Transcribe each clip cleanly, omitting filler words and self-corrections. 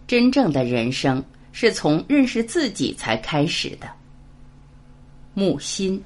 真正的人生是从认识自己才开始的。木心。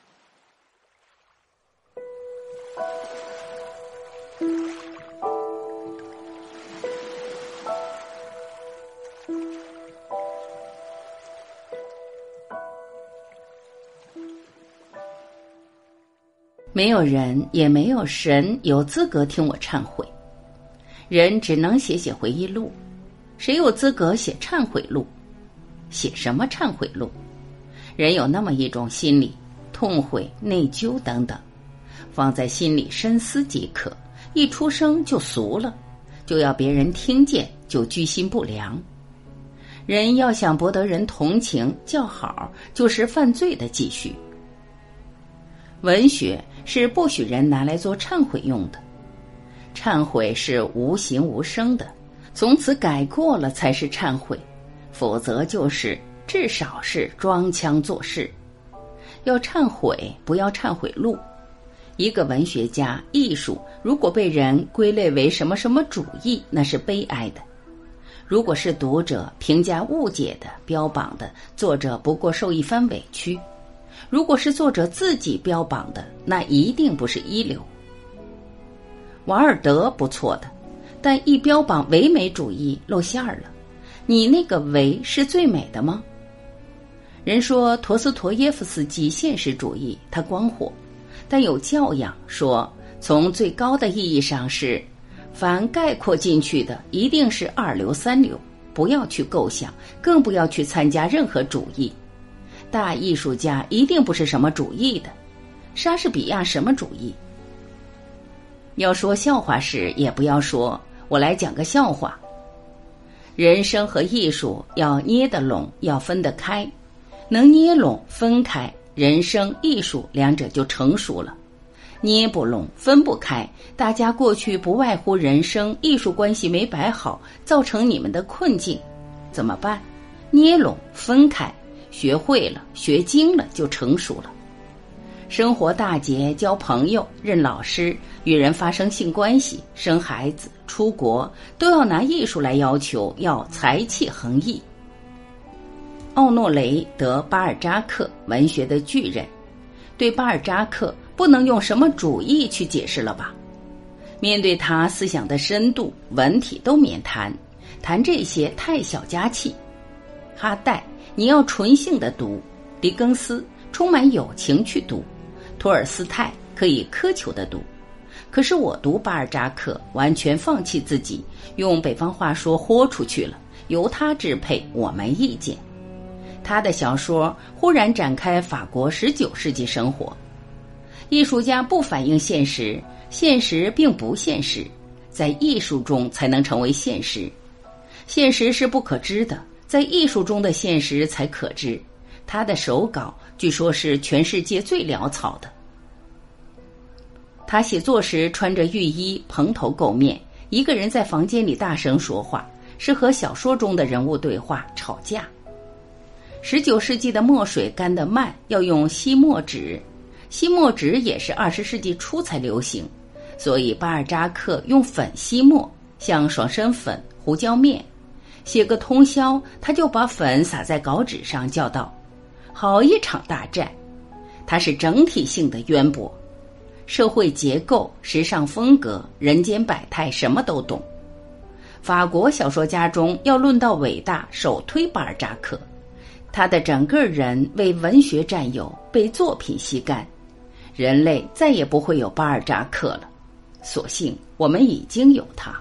没有人也没有神有资格听我忏悔，人只能写回忆录，谁有资格写忏悔录？写什么忏悔录？人有那么一种心理，痛悔、内疚等等，放在心里深思即可，一出声就俗了，就要别人听见就居心不良。人要想博得人同情叫好，就是犯罪的继续。文学是不许人拿来做忏悔用的，忏悔是无形无声的，从此改过了才是忏悔，否则至少是装腔作势。要忏悔，不要忏悔录。一个文学家、艺术如果被人归类为什么什么主义，那是悲哀的。如果是读者评价误解的、标榜的，作者不过受一番委屈。如果是作者自己标榜的，那一定不是一流。瓦尔德不错的，但一标榜唯美主义露馅了。你那个唯是最美的吗？人说陀思妥耶夫斯基现实主义，他光火，但有教养，说从最高的意义上是，凡概括进去的一定是二流三流，不要去构想，更不要去参加任何主义。大艺术家一定不是什么主义的，莎士比亚什么主义？要说笑话时，也不要说我来讲个笑话。人生和艺术要捏得拢，要分得开，能捏拢分开，人生艺术两者就成熟了。捏不拢分不开，大家过去不外乎人生艺术关系没摆好，造成你们的困境，怎么办？捏拢分开，学会了学精了就成熟了。生活大节，交朋友，认老师，与人发生性关系，生孩子，出国，都要拿艺术来要求，要才气横溢。奥诺雷得巴尔扎克，文学的巨人，对巴尔扎克不能用什么主义去解释了吧？面对他思想的深度，文体都免谈，谈这些太小家气。哈代你要纯性的读，狄更斯充满友情去读，托尔斯泰可以苛求的读。可是我读巴尔扎克，完全放弃自己，用北方话说豁出去了，由他支配，我没意见。他的小说忽然展开法国19世纪生活。艺术家不反映现实，现实并不现实，在艺术中才能成为现实。现实是不可知的，在艺术中的现实才可知。他的手稿据说是全世界最潦草的。他写作时穿着浴衣，蓬头垢面，一个人在房间里大声说话，是和小说中的人物对话吵架。19世纪的墨水干得慢，要用吸墨纸，吸墨纸也是20世纪初才流行，所以巴尔扎克用粉吸墨，像爽身粉、胡椒面。写个通宵，他就把粉撒在稿纸上，叫道：好一场大战。他是整体性的渊博，社会结构、时尚风格、人间百态什么都懂。法国小说家中要论到伟大，首推巴尔扎克。他的整个人为文学占有，被作品吸干，人类再也不会有巴尔扎克了，所幸我们已经有他。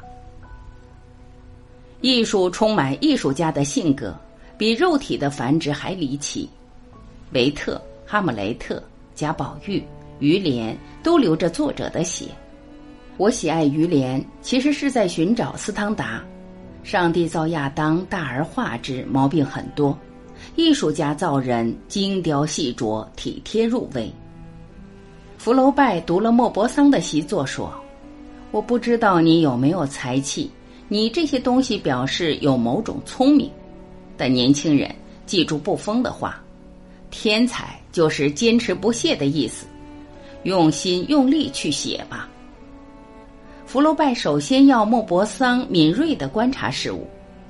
艺术充满艺术家的性格，比肉体的繁殖还离奇。维特、哈姆雷特、贾宝玉、于连都流着作者的血。我喜爱于连，其实是在寻找斯汤达。上帝造亚当，大而化之，毛病很多。艺术家造人，精雕细琢，体贴入微。福楼拜读了莫泊桑的习作说：我不知道你有没有才气，你这些东西表示有某种聪明。但年轻人记住布封的话，天才就是坚持不懈的意思，用心用力去写吧。福楼拜首先要莫泊桑敏锐地观察事物，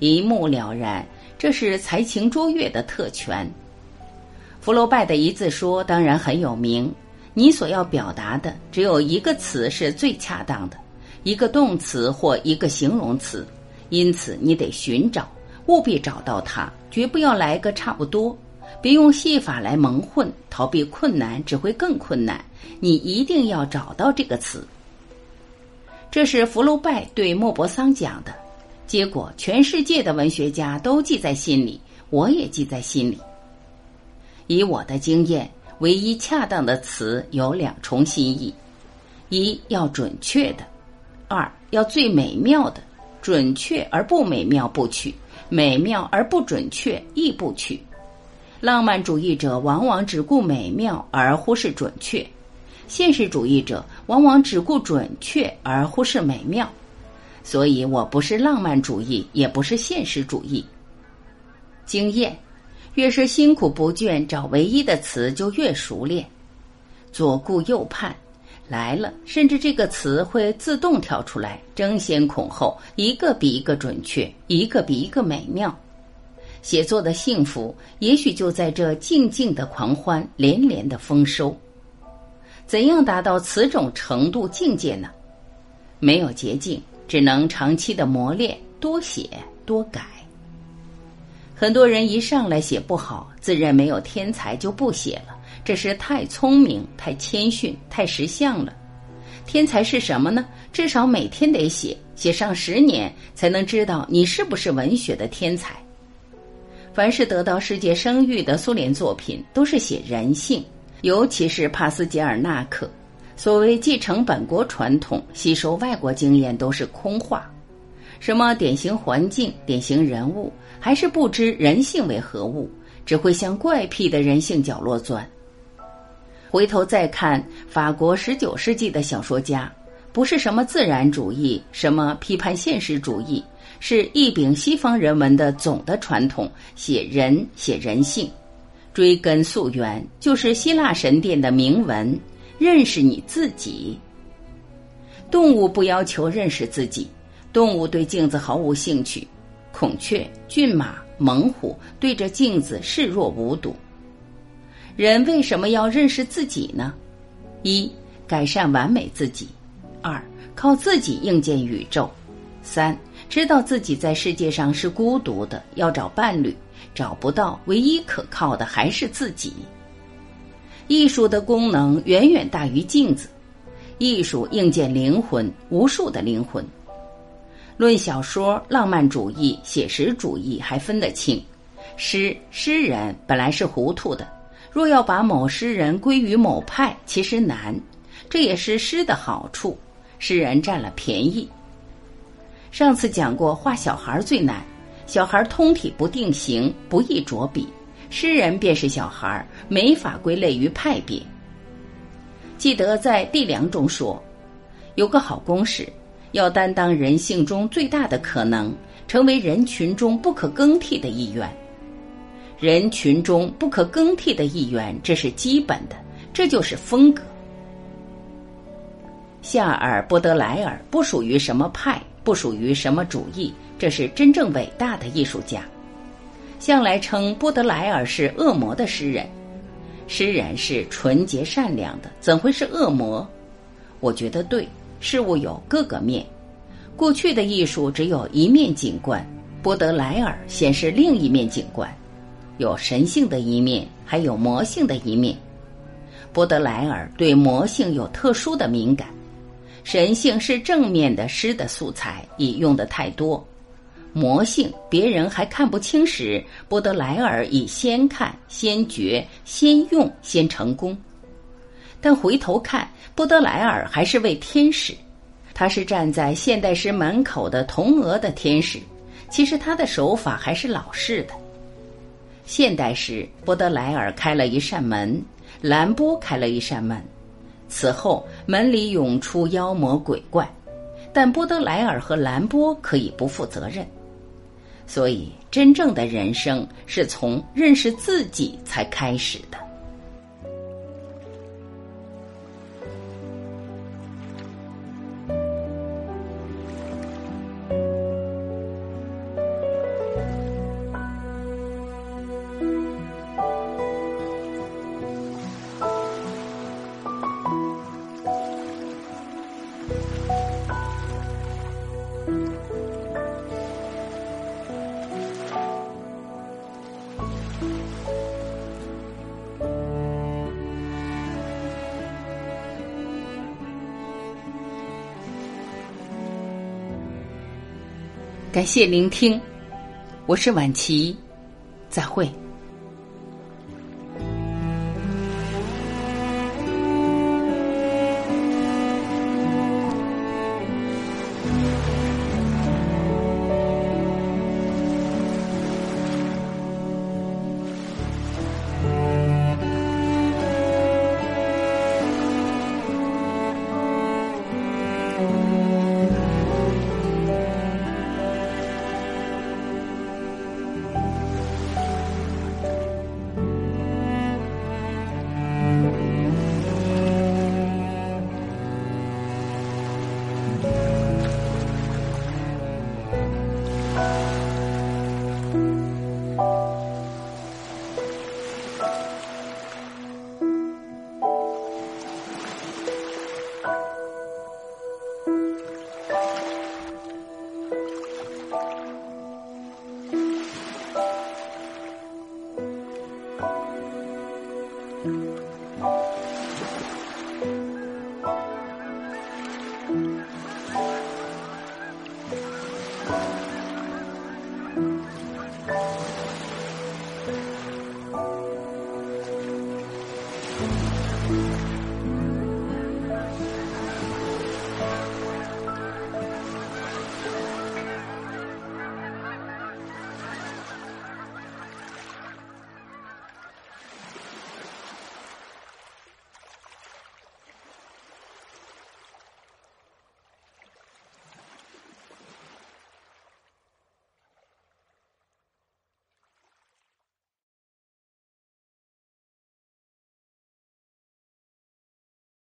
一目了然，这是才情卓越的特权。福楼拜的一字说当然很有名，你所要表达的只有一个词是最恰当的，一个动词或一个形容词，因此你得寻找，务必找到它，绝不要来个差不多，别用戏法来蒙混，逃避困难只会更困难，你一定要找到这个词。这是福楼拜对莫泊桑讲的，结果全世界的文学家都记在心里，我也记在心里。以我的经验，唯一恰当的词有2重心意：一要准确的，2要最美妙的，准确而不美妙不取，美妙而不准确亦不取。浪漫主义者往往只顾美妙而忽视准确，现实主义者往往只顾准确而忽视美妙。所以我不是浪漫主义，也不是现实主义。经验，越是辛苦不倦找唯一的词，就越熟练。左顾右盼，来了，甚至这个词会自动跳出来，争先恐后，一个比一个准确，一个比一个美妙。写作的幸福，也许就在这静静的狂欢，连连的丰收。怎样达到此种程度境界呢？没有捷径，只能长期的磨练，多写多改。很多人一上来写不好，自认没有天才就不写了，这是太聪明、太谦逊、太识相了。天才是什么呢？至少每天得写，写上10年，才能知道你是不是文学的天才。凡是得到世界声誉的苏联作品，都是写人性，尤其是帕斯捷尔纳克。所谓继承本国传统，吸收外国经验，都是空话。什么典型环境、典型人物，还是不知人性为何物，只会向怪癖的人性角落钻。回头再看法国19世纪的小说家，不是什么自然主义，什么批判现实主义，是一秉西方人文的总的传统，写人，写人性。追根溯源，就是希腊神殿的铭文，认识你自己。动物不要求认识自己，动物对镜子毫无兴趣，孔雀、骏马、猛虎对着镜子视若无睹。人为什么要认识自己呢？1改善完美自己；2靠自己应见宇宙；3知道自己在世界上是孤独的，要找伴侣，找不到，唯一可靠的还是自己。艺术的功能远远大于镜子，艺术映见灵魂，无数的灵魂。论小说，浪漫主义、写实主义还分得清。诗人本来是糊涂的，若要把某诗人归于某派，其实难，这也是诗的好处，诗人占了便宜。上次讲过，画小孩最难，小孩通体不定型，不易着笔，诗人便是小孩，没法归类于派别。记得在《地梁》中说，有个好公式，要担当人性中最大的可能，成为人群中不可更替的一员。人群中不可更替的一员，这是基本的，这就是风格。夏尔·波德莱尔不属于什么派，不属于什么主义，这是真正伟大的艺术家。向来称波德莱尔是恶魔的诗人，诗人是纯洁善良的，怎会是恶魔？我觉得对，事物有各个面，过去的艺术只有一面景观，波德莱尔显示另一面景观，有神性的一面，还有魔性的一面。波德莱尔对魔性有特殊的敏感，神性是正面的诗的素材，已用得太多。魔性别人还看不清时，波德莱尔已先看、先觉、先用、先成功。但回头看，波德莱尔还是位天使，他是站在现代诗门口的铜额的天使，其实他的手法还是老式的。现代诗，波德莱尔开了一扇门，兰波开了一扇门，此后门里涌出妖魔鬼怪，但波德莱尔和兰波可以不负责任。所以真正的人生是从认识自己才开始的。 感谢聆听，我是婉琪，再会。